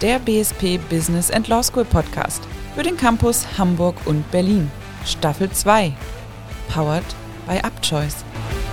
der BSP Business & Law School Podcast für den Campus Hamburg und Berlin. Staffel 2. Powered by UpChoice.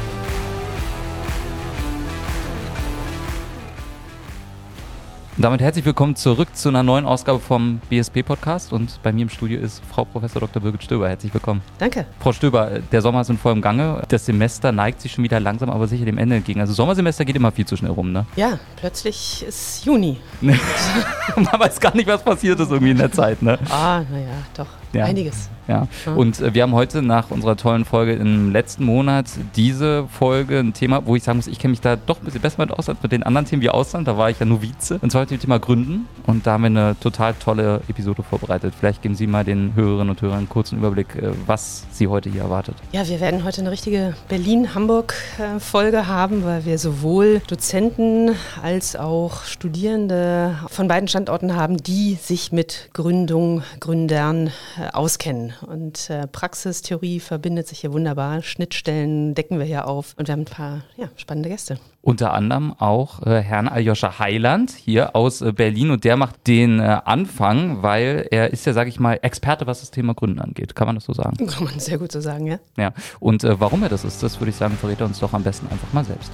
Damit herzlich willkommen zurück zu einer neuen Ausgabe vom BSP-Podcast und bei mir im Studio ist Frau Prof. Dr. Birgit Stöber. Herzlich willkommen. Danke. Frau Stöber, der Sommer ist in vollem Gange. Das Semester neigt sich schon wieder langsam, aber sicher dem Ende entgegen. Also Sommersemester geht immer viel zu schnell rum, ne? Ja, plötzlich ist Juni. Man weiß gar nicht, was passiert ist irgendwie in der Zeit, ne? Naja, doch. Ja. Einiges. Ja, und wir haben heute nach unserer tollen Folge im letzten Monat diese Folge ein Thema, wo ich sagen muss, ich kenne mich da doch ein bisschen besser mit aus als mit den anderen Themen wie Ausland. Da war ich ja Novize. Und zwar heute das Thema Gründen. Und da haben wir eine total tolle Episode vorbereitet. Vielleicht geben Sie mal den Hörerinnen und Hörern einen kurzen Überblick, was Sie heute hier erwartet. Ja, wir werden heute eine richtige Berlin-Hamburg-Folge haben, weil wir sowohl Dozenten als auch Studierende von beiden Standorten haben, die sich mit Gründern auskennen. Und Praxis, Theorie verbindet sich hier wunderbar. Schnittstellen decken wir hier auf. Und wir haben ein paar spannende Gäste. Unter anderem auch Herrn Aljoscha Heiland hier aus Berlin. Und der macht den Anfang, weil er ist ja, sage ich mal, Experte, was das Thema Gründen angeht. Kann man das so sagen? Kann man sehr gut so sagen, ja. Ja. Und warum er das ist, das würde ich sagen, verrät er uns doch am besten einfach mal selbst.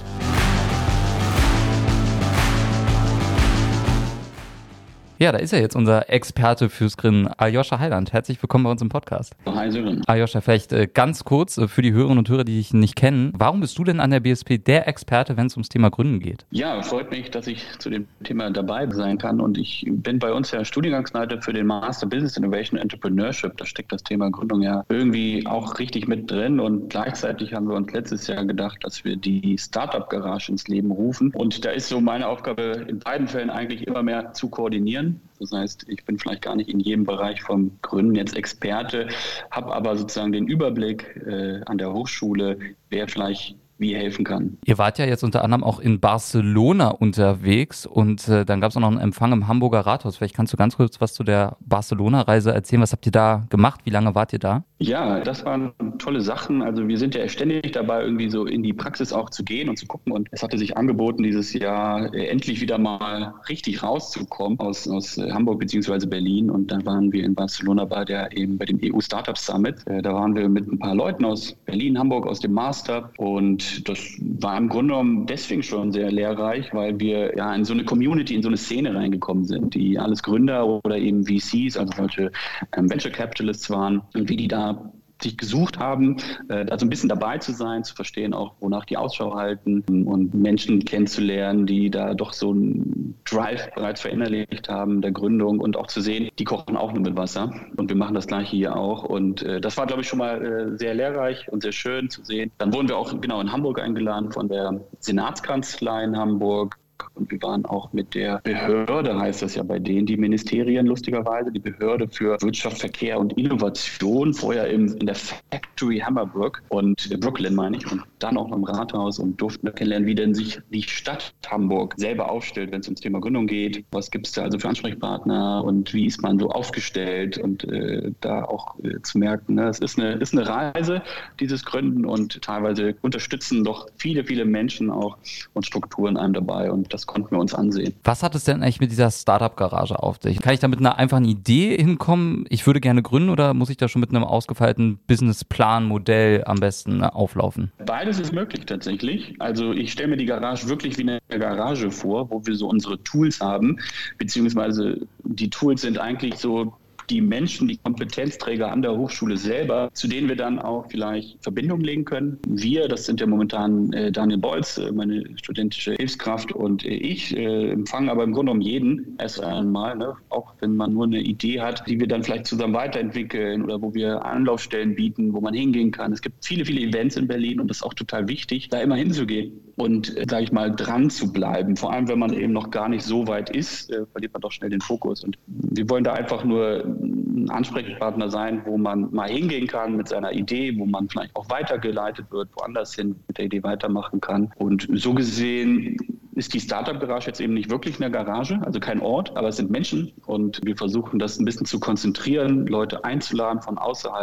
Ja, da ist er jetzt, unser Experte fürs Gründen, Aljoscha Heiland. Herzlich willkommen bei uns im Podcast. Hi Sören. Aljoscha, vielleicht ganz kurz für die Hörerinnen und Hörer, die dich nicht kennen. Warum bist du denn an der BSP der Experte, wenn es ums Thema Gründen geht? Ja, freut mich, dass ich zu dem Thema dabei sein kann. Und ich bin bei uns ja Studiengangsleiter für den Master Business Innovation Entrepreneurship. Da steckt das Thema Gründung ja irgendwie auch richtig mit drin. Und gleichzeitig haben wir uns letztes Jahr gedacht, dass wir die Startup-Garage ins Leben rufen. Und da ist so meine Aufgabe in beiden Fällen eigentlich immer mehr zu koordinieren. Das heißt, ich bin vielleicht gar nicht in jedem Bereich vom Gründen jetzt Experte, habe aber sozusagen den Überblick an der Hochschule, wer vielleicht wie helfen kann. Ihr wart ja jetzt unter anderem auch in Barcelona unterwegs und dann gab es auch noch einen Empfang im Hamburger Rathaus. Vielleicht kannst du ganz kurz was zu der Barcelona-Reise erzählen. Was habt ihr da gemacht? Wie lange wart ihr da? Ja, das waren tolle Sachen. Also wir sind ja ständig dabei, irgendwie so in die Praxis auch zu gehen und zu gucken. Und es hatte sich angeboten, dieses Jahr endlich wieder mal richtig rauszukommen aus Hamburg bzw. Berlin. Und dann waren wir in Barcelona bei dem EU Startup Summit. Da waren wir mit ein paar Leuten aus Berlin, Hamburg, aus dem Master. Und das war im Grunde genommen deswegen schon sehr lehrreich, weil wir ja in so eine Community, in so eine Szene reingekommen sind, die alles Gründer oder eben VCs, also solche Venture Capitalists waren und wie die da sich gesucht haben, also ein bisschen dabei zu sein, zu verstehen auch, wonach die Ausschau halten und Menschen kennenzulernen, die da doch so einen Drive bereits verinnerlicht haben, der Gründung und auch zu sehen, die kochen auch nur mit Wasser und wir machen das Gleiche hier auch und das war, glaube ich, schon mal sehr lehrreich und sehr schön zu sehen. Dann wurden wir auch in Hamburg eingeladen von der Senatskanzlei in Hamburg. Und wir waren auch mit der Behörde, heißt das ja bei denen, die Ministerien lustigerweise, die Behörde für Wirtschaft, Verkehr und Innovation, vorher in der Factory Hammerbrook und Brooklyn meine ich und dann auch noch im Rathaus und durften kennenlernen, wie denn sich die Stadt Hamburg selber aufstellt, wenn es ums Thema Gründung geht. Was gibt es da also für Ansprechpartner und wie ist man so aufgestellt und da auch zu merken, ne, es ist eine Reise, dieses Gründen und teilweise unterstützen doch viele, viele Menschen auch und Strukturen einem dabei und das konnten wir uns ansehen. Was hat es denn eigentlich mit dieser Startup-Garage auf sich? Kann ich da mit einer einfachen Idee hinkommen, ich würde gerne gründen oder muss ich da schon mit einem ausgefeilten Businessplan, Modell am besten auflaufen? Beides ist möglich tatsächlich. Also ich stelle mir die Garage wirklich wie eine Garage vor, wo wir so unsere Tools haben, beziehungsweise die Tools sind eigentlich so die Menschen, die Kompetenzträger an der Hochschule selber, zu denen wir dann auch vielleicht Verbindungen legen können. Wir, das sind ja momentan Daniel Bolz, meine studentische Hilfskraft und ich, empfangen aber im Grunde genommen jeden erst einmal, ne? Auch wenn man nur eine Idee hat, die wir dann vielleicht zusammen weiterentwickeln oder wo wir Anlaufstellen bieten, wo man hingehen kann. Es gibt viele, viele Events in Berlin und das ist auch total wichtig, da immer hinzugehen und, sage ich mal, dran zu bleiben. Vor allem, wenn man eben noch gar nicht so weit ist, verliert man doch schnell den Fokus. Und wir wollen da einfach nur ein Ansprechpartner sein, wo man mal hingehen kann mit seiner Idee, wo man vielleicht auch weitergeleitet wird, woanders hin mit der Idee weitermachen kann. Und so gesehen ist die Startup-Garage jetzt eben nicht wirklich eine Garage, also kein Ort, aber es sind Menschen und wir versuchen das ein bisschen zu konzentrieren, Leute einzuladen von außerhalb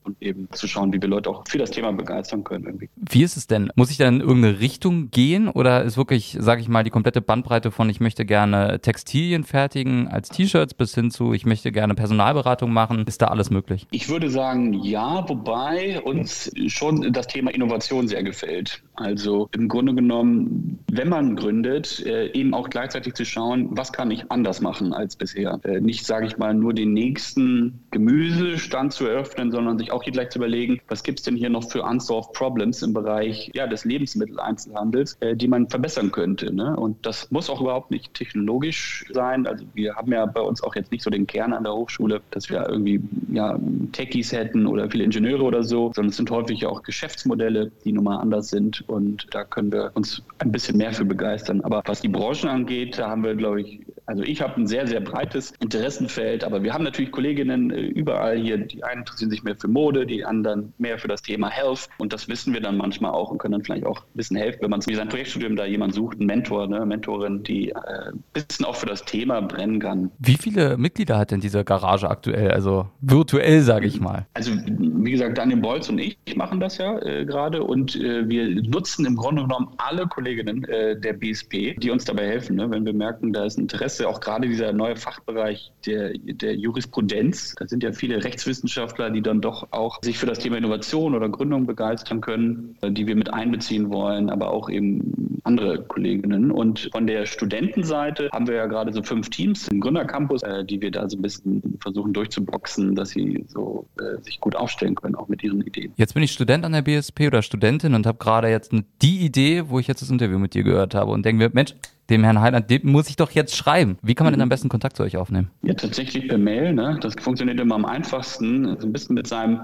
und eben zu schauen, wie wir Leute auch für das Thema begeistern können irgendwie. Wie ist es denn? Muss ich dann in irgendeine Richtung gehen oder ist wirklich, sage ich mal, die komplette Bandbreite von ich möchte gerne Textilien fertigen als T-Shirts bis hin zu ich möchte gerne Personalberatung machen, ist da alles möglich? Ich würde sagen, ja, wobei uns schon das Thema Innovation sehr gefällt. Also im Grunde genommen, wenn man gründet, eben auch gleichzeitig zu schauen, was kann ich anders machen als bisher. Nicht, sage ich mal, nur den nächsten Gemüsestand zu eröffnen, sondern sich auch hier gleich zu überlegen, was gibt es denn hier noch für unsolved Problems im Bereich des Lebensmitteleinzelhandels, die man verbessern könnte. Ne? Und das muss auch überhaupt nicht technologisch sein. Also wir haben ja bei uns auch jetzt nicht so den Kern an der Hochschule, dass wir irgendwie Techies hätten oder viele Ingenieure oder so, sondern es sind häufig auch Geschäftsmodelle, die nun mal anders sind. Und da können wir uns ein bisschen mehr für begeistern. Aber was die Branchen angeht, da haben wir, glaube ich, also ich habe ein sehr, sehr breites Interessenfeld, aber wir haben natürlich Kolleginnen überall hier. Die einen interessieren sich mehr für Mode, die anderen mehr für das Thema Health. Und das wissen wir dann manchmal auch und können dann vielleicht auch ein bisschen helfen, wenn man wie sein Projektstudium da jemand sucht, einen Mentor, eine Mentorin, die ein bisschen auch für das Thema brennen kann. Wie viele Mitglieder hat denn diese Garage aktuell? Also virtuell, sage ich mal. Also wie gesagt, Daniel Bolz und ich machen das ja gerade und wir nutzen im Grunde genommen alle Kolleginnen der BSP, die uns dabei helfen, ne? Wenn wir merken, da ist Interesse, auch gerade dieser neue Fachbereich der Jurisprudenz. Da sind ja viele Rechtswissenschaftler, die dann doch auch sich für das Thema Innovation oder Gründung begeistern können, die wir mit einbeziehen wollen, aber auch eben andere Kolleginnen. Und von der Studentenseite haben wir ja gerade so 5 Teams im Gründercampus, die wir da so ein bisschen versuchen durchzuboxen, dass sie so sich gut aufstellen können, auch mit ihren Ideen. Jetzt bin ich Student an der BSP oder Studentin und habe gerade jetzt die Idee, wo ich jetzt das Interview mit dir gehört habe und denke mir, Mensch, dem Herrn Heiland, dem muss ich doch jetzt schreiben. Wie kann man denn am besten Kontakt zu euch aufnehmen? Ja, tatsächlich per Mail. Ne? Das funktioniert immer am einfachsten. So ein bisschen mit seinem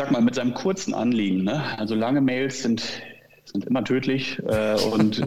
kurzen Anliegen. Ne? Also lange Mails sind immer tödlich und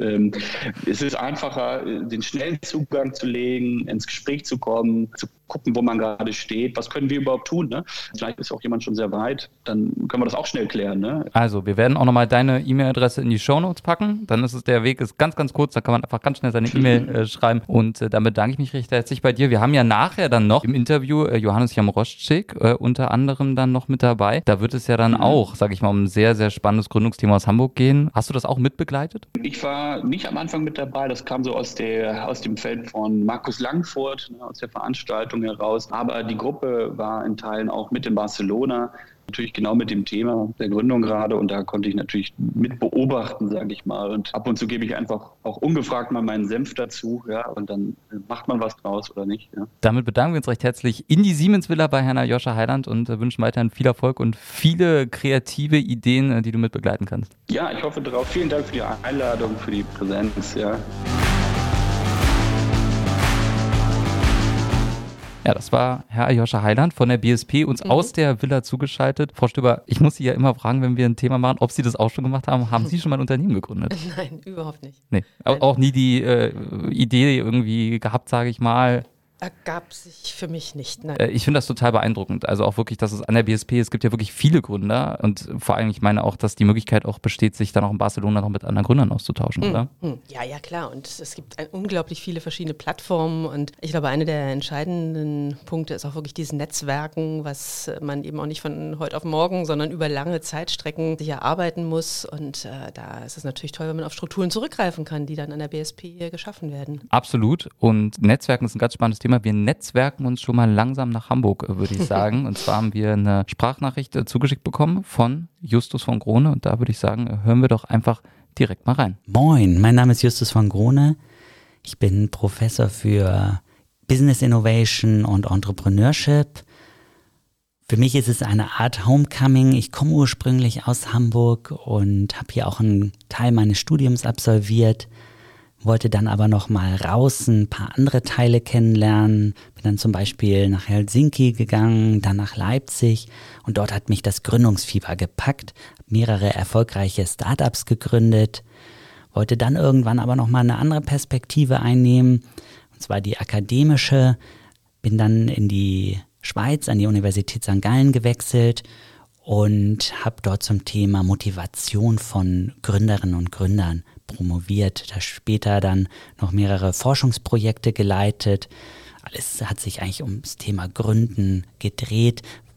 es ist einfacher, den schnellen Zugang zu legen, ins Gespräch zu kommen, zu gucken, wo man gerade steht. Was können wir überhaupt tun? Ne? Vielleicht ist auch jemand schon sehr weit, dann können wir das auch schnell klären. Ne? Also, wir werden auch nochmal deine E-Mail-Adresse in die Shownotes packen. Dann ist der Weg ganz, ganz kurz. Da kann man einfach ganz schnell seine E-Mail schreiben. Und dann bedanke ich mich recht herzlich bei dir. Wir haben ja nachher dann noch im Interview Johannes Jamroschczyk unter anderem dann noch mit dabei. Da wird es ja dann auch, sage ich mal, um ein sehr, sehr spannendes Gründungsthema aus Hamburg gehen. Hast du das auch mitbegleitet? Ich war nicht am Anfang mit dabei. Das kam so aus dem Feld von Markus Langfurt, aus der Veranstaltung heraus. Aber die Gruppe war in Teilen auch mit in Barcelona. Natürlich genau mit dem Thema der Gründung gerade und da konnte ich natürlich mit beobachten, sage ich mal. Und ab und zu gebe ich einfach auch ungefragt mal meinen Senf dazu, ja, und dann macht man was draus oder nicht. Ja. Damit bedanken wir uns recht herzlich in die Siemens-Villa bei Herrn Aljoscha Heiland und wünschen weiterhin viel Erfolg und viele kreative Ideen, die du mit begleiten kannst. Ja, ich hoffe darauf. Vielen Dank für die Einladung, für die Präsenz. Ja. Ja, das war Herr Aljoscha Heiland von der BSP, uns aus der Villa zugeschaltet. Frau Stöber, ich muss Sie ja immer fragen, wenn wir ein Thema machen, ob Sie das auch schon gemacht haben. Haben Sie schon mal ein Unternehmen gegründet? Nein, überhaupt nicht. Nee, auch nie die Idee irgendwie gehabt, sage ich mal. Ergab sich für mich nicht, nein. Ich finde das total beeindruckend. Also auch wirklich, dass es an der BSP, es gibt ja wirklich viele Gründer und vor allem, ich meine auch, dass die Möglichkeit auch besteht, sich dann auch in Barcelona noch mit anderen Gründern auszutauschen, oder? Ja, klar. Und es gibt unglaublich viele verschiedene Plattformen und ich glaube, einer der entscheidenden Punkte ist auch wirklich dieses Netzwerken, was man eben auch nicht von heute auf morgen, sondern über lange Zeitstrecken sich erarbeiten muss. Und da ist es natürlich toll, wenn man auf Strukturen zurückgreifen kann, die dann an der BSP geschaffen werden. Absolut. Und Netzwerken ist ein ganz spannendes Thema. Wir netzwerken uns schon mal langsam nach Hamburg, würde ich sagen. Und zwar haben wir eine Sprachnachricht zugeschickt bekommen von Justus von Grone. Und da würde ich sagen, hören wir doch einfach direkt mal rein. Moin, mein Name ist Justus von Grone. Ich bin Professor für Business Innovation und Entrepreneurship. Für mich ist es eine Art Homecoming. Ich komme ursprünglich aus Hamburg und habe hier auch einen Teil meines Studiums absolviert. Wollte dann aber noch mal raus, ein paar andere Teile kennenlernen. Bin dann zum Beispiel nach Helsinki gegangen, dann nach Leipzig und dort hat mich das Gründungsfieber gepackt. Hab mehrere erfolgreiche Startups gegründet. Wollte dann irgendwann aber noch mal eine andere Perspektive einnehmen, und zwar die akademische. Bin dann in die Schweiz, an die Universität St. Gallen gewechselt und habe dort zum Thema Motivation von Gründerinnen und Gründern promoviert, da später dann noch mehrere Forschungsprojekte geleitet. Alles hat sich eigentlich ums Thema Gründen gedreht,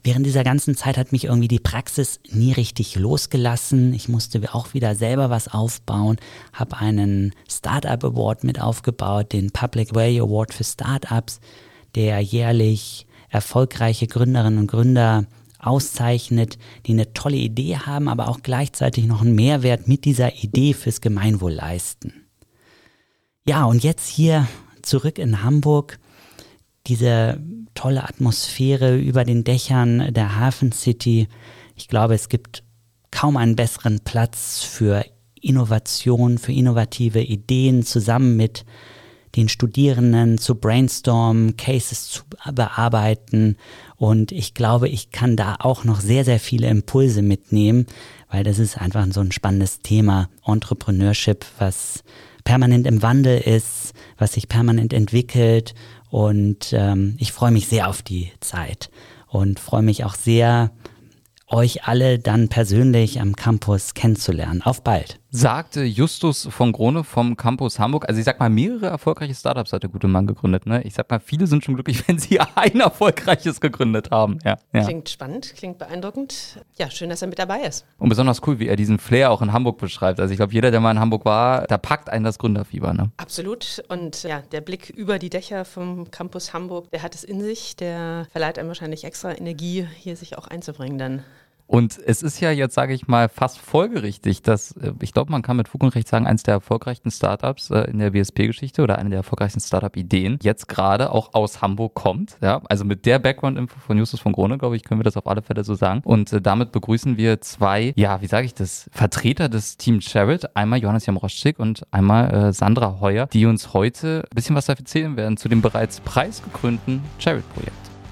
während dieser ganzen Zeit hat mich irgendwie die Praxis nie richtig losgelassen. Ich musste auch wieder selber was aufbauen, habe einen Startup Award mit aufgebaut, den Public Way Award für Startups, der jährlich erfolgreiche Gründerinnen und Gründer auszeichnet, die eine tolle Idee haben, aber auch gleichzeitig noch einen Mehrwert mit dieser Idee fürs Gemeinwohl leisten. Ja, und jetzt hier zurück in Hamburg, diese tolle Atmosphäre über den Dächern der Hafen City. Ich glaube, es gibt kaum einen besseren Platz für Innovation, für innovative Ideen, zusammen mit den Studierenden zu brainstormen, Cases zu bearbeiten. Und ich glaube, ich kann da auch noch sehr, sehr viele Impulse mitnehmen, weil das ist einfach so ein spannendes Thema, Entrepreneurship, was permanent im Wandel ist, was sich permanent entwickelt. Und ich freue mich sehr auf die Zeit und freue mich auch sehr, euch alle dann persönlich am Campus kennenzulernen. Auf bald. Sagte Justus von Grone vom Campus Hamburg. Also ich sag mal, mehrere erfolgreiche Startups hat der gute Mann gegründet. Ne? Ich sag mal, viele sind schon glücklich, wenn sie ein erfolgreiches gegründet haben. Ja. Klingt spannend, klingt beeindruckend. Ja, schön, dass er mit dabei ist. Und besonders cool, wie er diesen Flair auch in Hamburg beschreibt. Also ich glaube, jeder, der mal in Hamburg war, da packt einen das Gründerfieber. Ne? Absolut. Und ja, der Blick über die Dächer vom Campus Hamburg, der hat es in sich. Der verleiht einem wahrscheinlich extra Energie, hier sich auch einzubringen dann. Und es ist ja jetzt, sage ich mal, fast folgerichtig, dass, ich glaube, man kann mit Fug und Recht sagen, eines der erfolgreichsten Startups in der BSP-Geschichte oder eine der erfolgreichsten Startup-Ideen jetzt gerade auch aus Hamburg kommt. Ja? Also mit der Background-Info von Justus von Grone, glaube ich, können wir das auf alle Fälle so sagen. Und damit begrüßen wir zwei, ja, wie sage ich das, Vertreter des Team Charit, einmal Johannes Jamroschczyk und einmal Sandra Heuer, die uns heute ein bisschen was erzählen werden zu dem bereits preisgekrönten Charit-Projekt.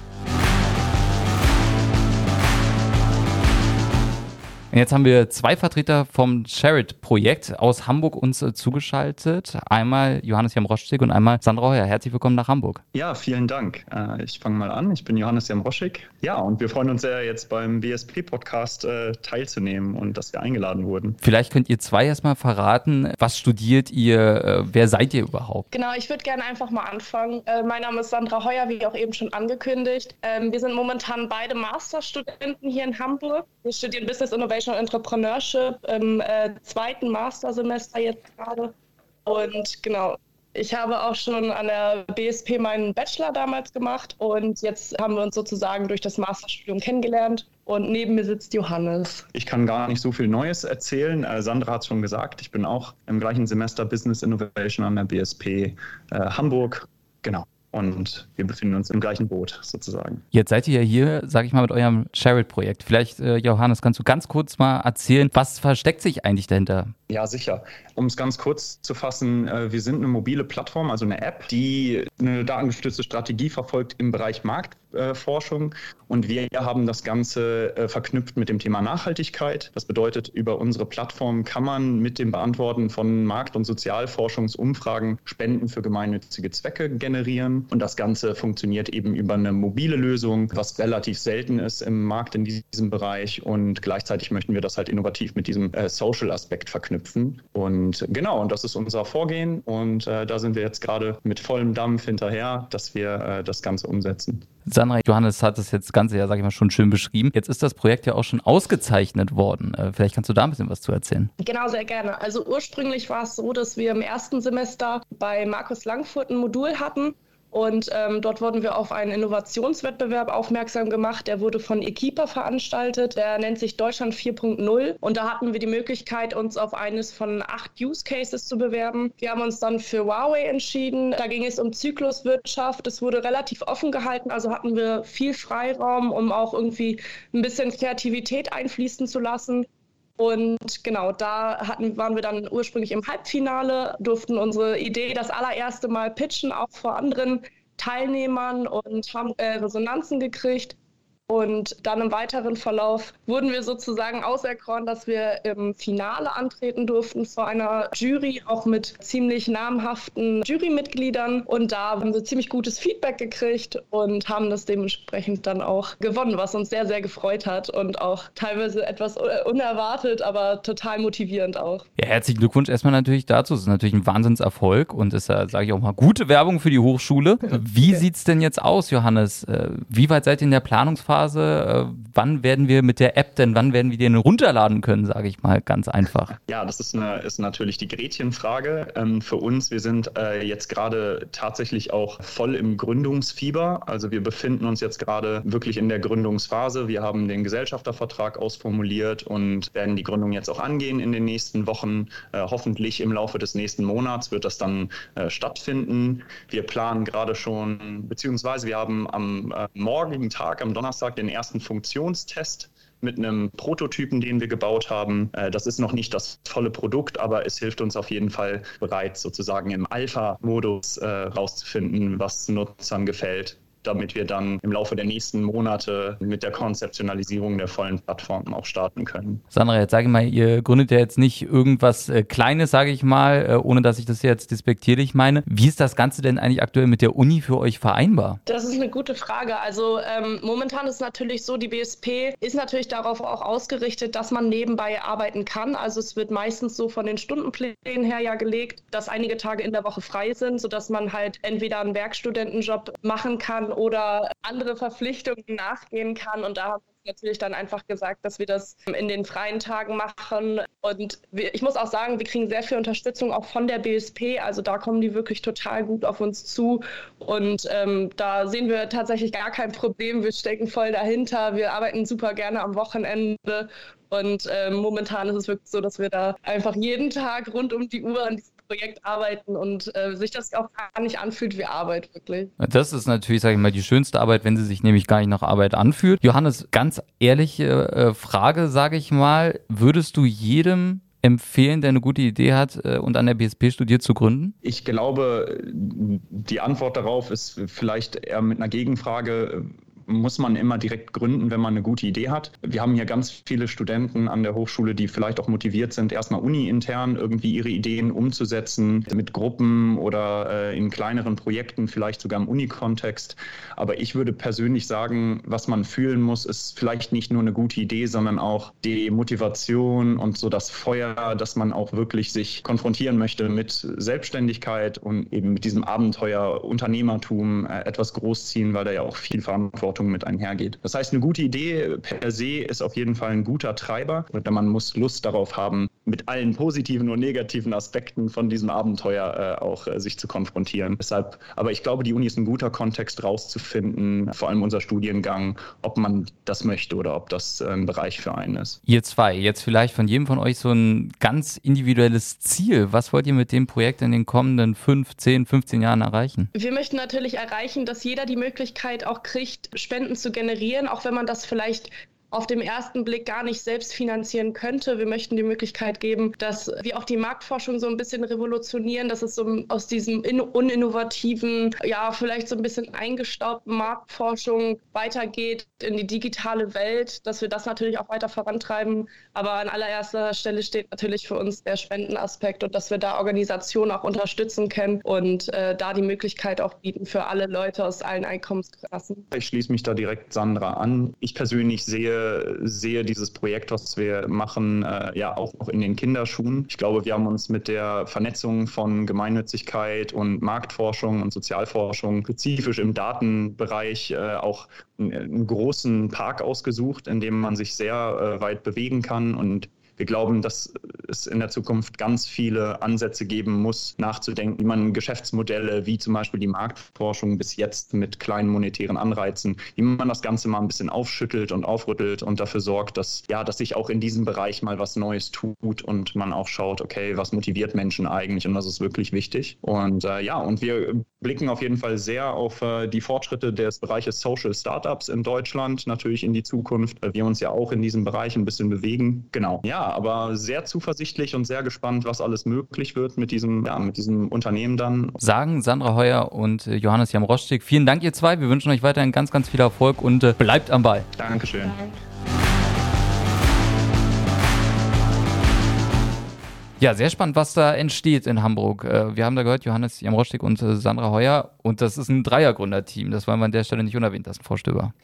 Und jetzt haben wir zwei Vertreter vom Charit-Projekt aus Hamburg uns zugeschaltet. Einmal Johannes Jamroschczyk und einmal Sandra Heuer. Herzlich willkommen nach Hamburg. Ja, vielen Dank. Ich fange mal an. Ich bin Johannes Jamroschczyk. Ja, und wir freuen uns sehr, jetzt beim BSP-Podcast teilzunehmen und dass wir eingeladen wurden. Vielleicht könnt ihr zwei erstmal verraten, was studiert ihr, wer seid ihr überhaupt? Genau, ich würde gerne einfach mal anfangen. Mein Name ist Sandra Heuer, wie auch eben schon angekündigt. Wir sind momentan beide Masterstudenten hier in Hamburg. Wir studieren Business Innovation und Entrepreneurship im zweiten Mastersemester jetzt gerade. Und genau, ich habe auch schon an der BSP meinen Bachelor damals gemacht und jetzt haben wir uns sozusagen durch das Masterstudium kennengelernt. Und neben mir sitzt Johannes. Ich kann gar nicht so viel Neues erzählen. Sandra hat es schon gesagt, ich bin auch im gleichen Semester Business Innovation an der BSP Hamburg. Genau. Und wir befinden uns im gleichen Boot sozusagen. Jetzt seid ihr ja hier, sage ich mal, mit eurem Charit-Projekt. Vielleicht, Johannes, kannst du ganz kurz mal erzählen, was versteckt sich eigentlich dahinter? Ja, sicher. Um es ganz kurz zu fassen, wir sind eine mobile Plattform, also eine App, die eine datengestützte Strategie verfolgt im Bereich Marktforschung. Und wir haben das Ganze verknüpft mit dem Thema Nachhaltigkeit. Das bedeutet, über unsere Plattform kann man mit dem Beantworten von Markt- und Sozialforschungsumfragen Spenden für gemeinnützige Zwecke generieren. Und das Ganze funktioniert eben über eine mobile Lösung, was relativ selten ist im Markt in diesem Bereich. Und gleichzeitig möchten wir das halt innovativ mit diesem Social-Aspekt verknüpfen. Und genau, und das ist unser Vorgehen. Und da sind wir jetzt gerade mit vollem Dampf hinterher, dass wir das Ganze umsetzen. Sandra, Johannes hat das jetzt Ganze ja, sage ich mal, schon schön beschrieben. Jetzt ist das Projekt ja auch schon ausgezeichnet worden. Vielleicht kannst du da ein bisschen was zu erzählen. Genau, sehr gerne. Also ursprünglich war es so, dass wir im ersten Semester bei Markus Langfurt ein Modul hatten. Und dort wurden wir auf einen Innovationswettbewerb aufmerksam gemacht. Der wurde von Equipa veranstaltet. Der nennt sich Deutschland 4.0. Und da hatten wir die Möglichkeit, uns auf eines von 8 Use Cases zu bewerben. Wir haben uns dann für Huawei entschieden. Da ging es um Zykluswirtschaft. Es wurde relativ offen gehalten. Also hatten wir viel Freiraum, um auch irgendwie ein bisschen Kreativität einfließen zu lassen. Und genau, da waren wir dann ursprünglich im Halbfinale, durften unsere Idee das allererste Mal pitchen, auch vor anderen Teilnehmern und haben Resonanzen gekriegt. Und dann im weiteren Verlauf wurden wir sozusagen auserkoren, dass wir im Finale antreten durften vor einer Jury, auch mit ziemlich namhaften Jurymitgliedern. Und da haben wir ziemlich gutes Feedback gekriegt und haben das dementsprechend dann auch gewonnen, was uns sehr, sehr gefreut hat und auch teilweise etwas unerwartet, aber total motivierend auch. Ja, herzlichen Glückwunsch erstmal natürlich dazu. Es ist natürlich ein Wahnsinnserfolg und ist, sage ich auch mal, gute Werbung für die Hochschule. Wie sieht's denn jetzt aus, Johannes? Wie weit seid ihr in der Planungsphase? Gründungsphase. Wann werden wir mit der App wann werden wir die denn runterladen können, sage ich mal ganz einfach? Ja, das ist natürlich die Gretchenfrage. Für uns, wir sind jetzt gerade tatsächlich auch voll im Gründungsfieber. Also wir befinden uns jetzt gerade wirklich in der Gründungsphase. Wir haben den Gesellschaftervertrag ausformuliert und werden die Gründung jetzt auch angehen in den nächsten Wochen. Hoffentlich im Laufe des nächsten Monats wird das dann stattfinden. Wir planen gerade schon, beziehungsweise wir haben am morgigen Tag, am Donnerstag, den ersten Funktionstest mit einem Prototypen, den wir gebaut haben. Das ist noch nicht das volle Produkt, aber es hilft uns auf jeden Fall bereits sozusagen im Alpha-Modus rauszufinden, was Nutzern gefällt, damit wir dann im Laufe der nächsten Monate mit der Konzeptionalisierung der vollen Plattform auch starten können. Sandra, jetzt sage ich mal, ihr gründet ja jetzt nicht irgendwas Kleines, sage ich mal, ohne dass ich das jetzt despektierlich meine. Wie ist das Ganze denn eigentlich aktuell mit der Uni für euch vereinbar? Das ist eine gute Frage. Also momentan ist es natürlich so, die BSP ist natürlich darauf auch ausgerichtet, dass man nebenbei arbeiten kann. Also es wird meistens so von den Stundenplänen her ja gelegt, dass einige Tage in der Woche frei sind, sodass man halt entweder einen Werkstudentenjob machen kann oder andere Verpflichtungen nachgehen kann. Und da haben wir natürlich dann einfach gesagt, dass wir das in den freien Tagen machen. Und ich muss auch sagen, wir kriegen sehr viel Unterstützung auch von der BSP. Also da kommen die wirklich total gut auf uns zu. Und da sehen wir tatsächlich gar kein Problem. Wir stecken voll dahinter. Wir arbeiten super gerne am Wochenende. Und momentan ist es wirklich so, dass wir da einfach jeden Tag rund um die Uhr an diesem Projekt arbeiten und sich das auch gar nicht anfühlt wie Arbeit, wirklich. Das ist natürlich, sage ich mal, die schönste Arbeit, wenn sie sich nämlich gar nicht nach Arbeit anfühlt. Johannes, ganz ehrliche Frage, sage ich mal, würdest du jedem empfehlen, der eine gute Idee hat und an der BSP studiert, zu gründen? Ich glaube, die Antwort darauf ist vielleicht eher mit einer Gegenfrage. Muss man immer direkt gründen, wenn man eine gute Idee hat. Wir haben hier ganz viele Studenten an der Hochschule, die vielleicht auch motiviert sind, erstmal uni-intern irgendwie ihre Ideen umzusetzen, mit Gruppen oder in kleineren Projekten, vielleicht sogar im Uni-Kontext. Aber ich würde persönlich sagen, was man fühlen muss, ist vielleicht nicht nur eine gute Idee, sondern auch die Motivation und so das Feuer, dass man auch wirklich sich konfrontieren möchte mit Selbstständigkeit und eben mit diesem Abenteuer, Unternehmertum, etwas großziehen, weil da ja auch viel Verantwortung mit einhergeht. Das heißt, eine gute Idee per se ist auf jeden Fall ein guter Treiber. Man muss Lust darauf haben, mit allen positiven und negativen Aspekten von diesem Abenteuer auch sich zu konfrontieren. Deshalb, aber ich glaube, die Uni ist ein guter Kontext rauszufinden, vor allem unser Studiengang, ob man das möchte oder ob das ein Bereich für einen ist. Ihr zwei, jetzt vielleicht von jedem von euch so ein ganz individuelles Ziel. Was wollt ihr mit dem Projekt in den kommenden 5, 10, 15 Jahren erreichen? Wir möchten natürlich erreichen, dass jeder die Möglichkeit auch kriegt, Spenden zu generieren, auch wenn man das vielleicht auf dem ersten Blick gar nicht selbst finanzieren könnte. Wir möchten die Möglichkeit geben, dass wir auch die Marktforschung so ein bisschen revolutionieren, dass es so aus diesem uninnovativen, ja vielleicht so ein bisschen eingestaubten Marktforschung weitergeht in die digitale Welt, dass wir das natürlich auch weiter vorantreiben. Aber an allererster Stelle steht natürlich für uns der Spendenaspekt und dass wir da Organisationen auch unterstützen können und da die Möglichkeit auch bieten für alle Leute aus allen Einkommensklassen. Ich schließe mich da direkt Sandra an. Ich persönlich sehe dieses Projekt, was wir machen, ja auch noch in den Kinderschuhen. Ich glaube, wir haben uns mit der Vernetzung von Gemeinnützigkeit und Marktforschung und Sozialforschung spezifisch im Datenbereich auch einen großen Park ausgesucht, in dem man sich sehr weit bewegen kann. Und wir glauben, dass es in der Zukunft ganz viele Ansätze geben muss, nachzudenken, wie man Geschäftsmodelle wie zum Beispiel die Marktforschung bis jetzt mit kleinen monetären Anreizen, wie man das Ganze mal ein bisschen aufschüttelt und aufrüttelt und dafür sorgt, dass sich auch in diesem Bereich mal was Neues tut und man auch schaut, okay, was motiviert Menschen eigentlich und was ist wirklich wichtig. Und und wir blicken auf jeden Fall sehr auf die Fortschritte des Bereiches Social Startups in Deutschland, natürlich in die Zukunft, weil wir uns ja auch in diesem Bereich ein bisschen bewegen. Genau. Ja, aber sehr zuversichtlich und sehr gespannt, was alles möglich wird mit diesem Unternehmen dann. Sagen Sandra Heuer und Johannes Jamroschtig. Vielen Dank, ihr zwei. Wir wünschen euch weiterhin ganz, ganz viel Erfolg und bleibt am Ball. Dankeschön. Ja, sehr spannend, was da entsteht in Hamburg. Wir haben da gehört, Johannes Jamroschtig und Sandra Heuer. Und das ist ein Dreiergründerteam. Das wollen wir an der Stelle nicht unerwähnt lassen, Frau Stöber. Genau, das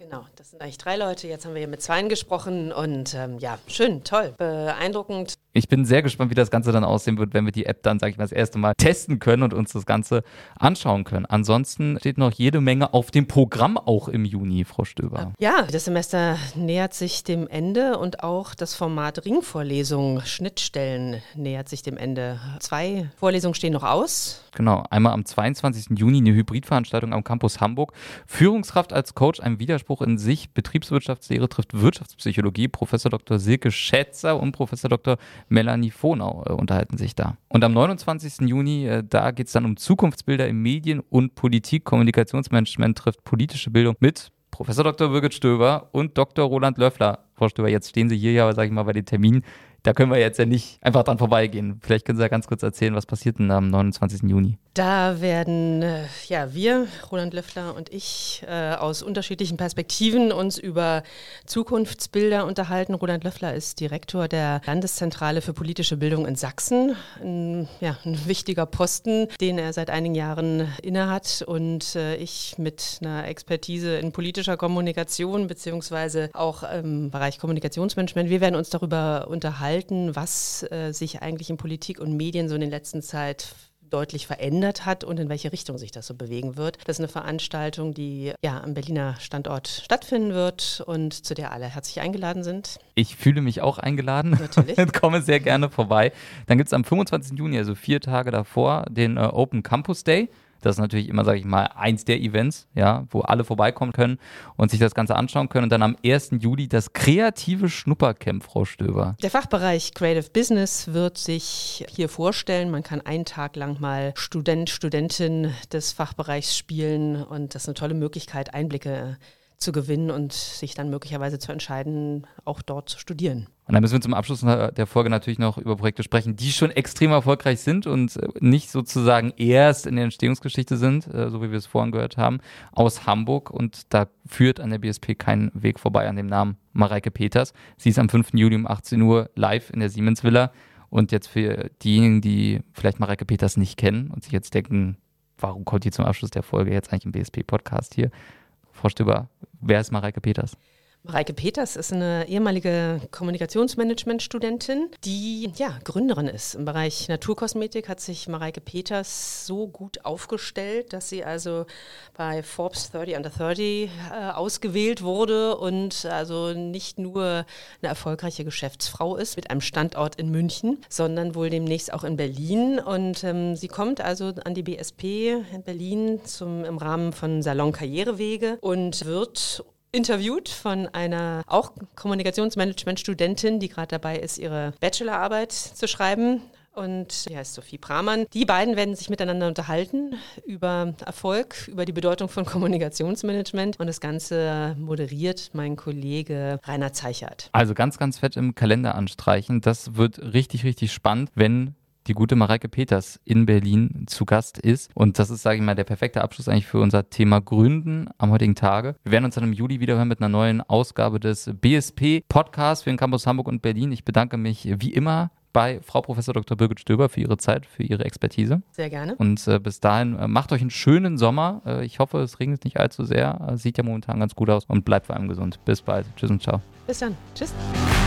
Das sind eigentlich 3 Leute, jetzt haben wir hier mit 2 gesprochen und schön, toll, beeindruckend. Ich bin sehr gespannt, wie das Ganze dann aussehen wird, wenn wir die App dann, sage ich mal, das erste Mal testen können und uns das Ganze anschauen können. Ansonsten steht noch jede Menge auf dem Programm auch im Juni, Frau Stöber. Ja, das Semester nähert sich dem Ende und auch das Format Ringvorlesung, Schnittstellen nähert sich dem Ende. 2 Vorlesungen stehen noch aus. Genau, einmal am 22. Juni eine Hybridveranstaltung am Campus Hamburg. Führungskraft als Coach, ein Widerspruch in sich. Betriebswirtschaftslehre trifft Wirtschaftspsychologie. Professor Dr. Silke Schätzer und Professor Dr. Melanie Vonau unterhalten sich da. Und am 29. Juni, da geht es dann um Zukunftsbilder in Medien und Politik. Kommunikationsmanagement trifft politische Bildung mit Professor Dr. Birgit Stöber und Dr. Roland Löffler. Frau Stöber, jetzt stehen Sie hier ja, sage ich mal, bei den Terminen. Da können wir jetzt ja nicht einfach dran vorbeigehen. Vielleicht können Sie ja ganz kurz erzählen, was passiert denn am 29. Juni? Da werden wir, Roland Löffler und ich, aus unterschiedlichen Perspektiven uns über Zukunftsbilder unterhalten. Roland Löffler ist Direktor der Landeszentrale für politische Bildung in Sachsen. Ein wichtiger Posten, den er seit einigen Jahren innehat. Und ich mit einer Expertise in politischer Kommunikation beziehungsweise auch im Bereich Kommunikationsmanagement. Wir werden uns darüber unterhalten, was sich eigentlich in Politik und Medien so in der letzten Zeit deutlich verändert hat und in welche Richtung sich das so bewegen wird. Das ist eine Veranstaltung, die am Berliner Standort stattfinden wird und zu der alle herzlich eingeladen sind. Ich fühle mich auch eingeladen. Natürlich. Komme sehr gerne vorbei. Dann gibt es am 25. Juni, also 4 Tage davor, den Open Campus Day. Das ist natürlich immer, sage ich mal, eins der Events, ja, wo alle vorbeikommen können und sich das Ganze anschauen können. Und dann am 1. Juli das kreative Schnuppercamp, Frau Stöber. Der Fachbereich Creative Business wird sich hier vorstellen. Man kann einen Tag lang mal Studentin des Fachbereichs spielen und das ist eine tolle Möglichkeit, Einblicke zu gewinnen und sich dann möglicherweise zu entscheiden, auch dort zu studieren. Und dann müssen wir zum Abschluss der Folge natürlich noch über Projekte sprechen, die schon extrem erfolgreich sind und nicht sozusagen erst in der Entstehungsgeschichte sind, so wie wir es vorhin gehört haben, aus Hamburg. Und da führt an der BSP kein Weg vorbei an dem Namen Mareike Peters. Sie ist am 5. Juli um 18 Uhr live in der Siemens-Villa. Und jetzt für diejenigen, die vielleicht Mareike Peters nicht kennen und sich jetzt denken, warum kommt die zum Abschluss der Folge jetzt eigentlich im BSP-Podcast hier? Frau Stöber, wer ist Mareike Peters? Mareike Peters ist eine ehemalige Kommunikationsmanagement-Studentin, die Gründerin ist. Im Bereich Naturkosmetik hat sich Mareike Peters so gut aufgestellt, dass sie also bei Forbes 30 Under 30 ausgewählt wurde und also nicht nur eine erfolgreiche Geschäftsfrau ist mit einem Standort in München, sondern wohl demnächst auch in Berlin. Und sie kommt also an die BSP in Berlin im Rahmen von Salon Karrierewege und wird interviewt von einer auch Kommunikationsmanagement-Studentin, die gerade dabei ist, ihre Bachelorarbeit zu schreiben. Und die heißt Sophie Pramann. Die beiden werden sich miteinander unterhalten über Erfolg, über die Bedeutung von Kommunikationsmanagement. Und das Ganze moderiert mein Kollege Rainer Zeichert. Also ganz, ganz fett im Kalender anstreichen. Das wird richtig, richtig spannend, wenn die gute Mareike Peters in Berlin zu Gast ist. Und das ist, sage ich mal, der perfekte Abschluss eigentlich für unser Thema Gründen am heutigen Tage. Wir werden uns dann im Juli wieder hören mit einer neuen Ausgabe des BSP-Podcasts für den Campus Hamburg und Berlin. Ich bedanke mich wie immer bei Frau Professor Dr. Birgit Stöber für ihre Zeit, für ihre Expertise. Sehr gerne. Und bis dahin macht euch einen schönen Sommer. Ich hoffe, es regnet nicht allzu sehr. Sieht ja momentan ganz gut aus und bleibt vor allem gesund. Bis bald. Tschüss und ciao. Bis dann. Tschüss.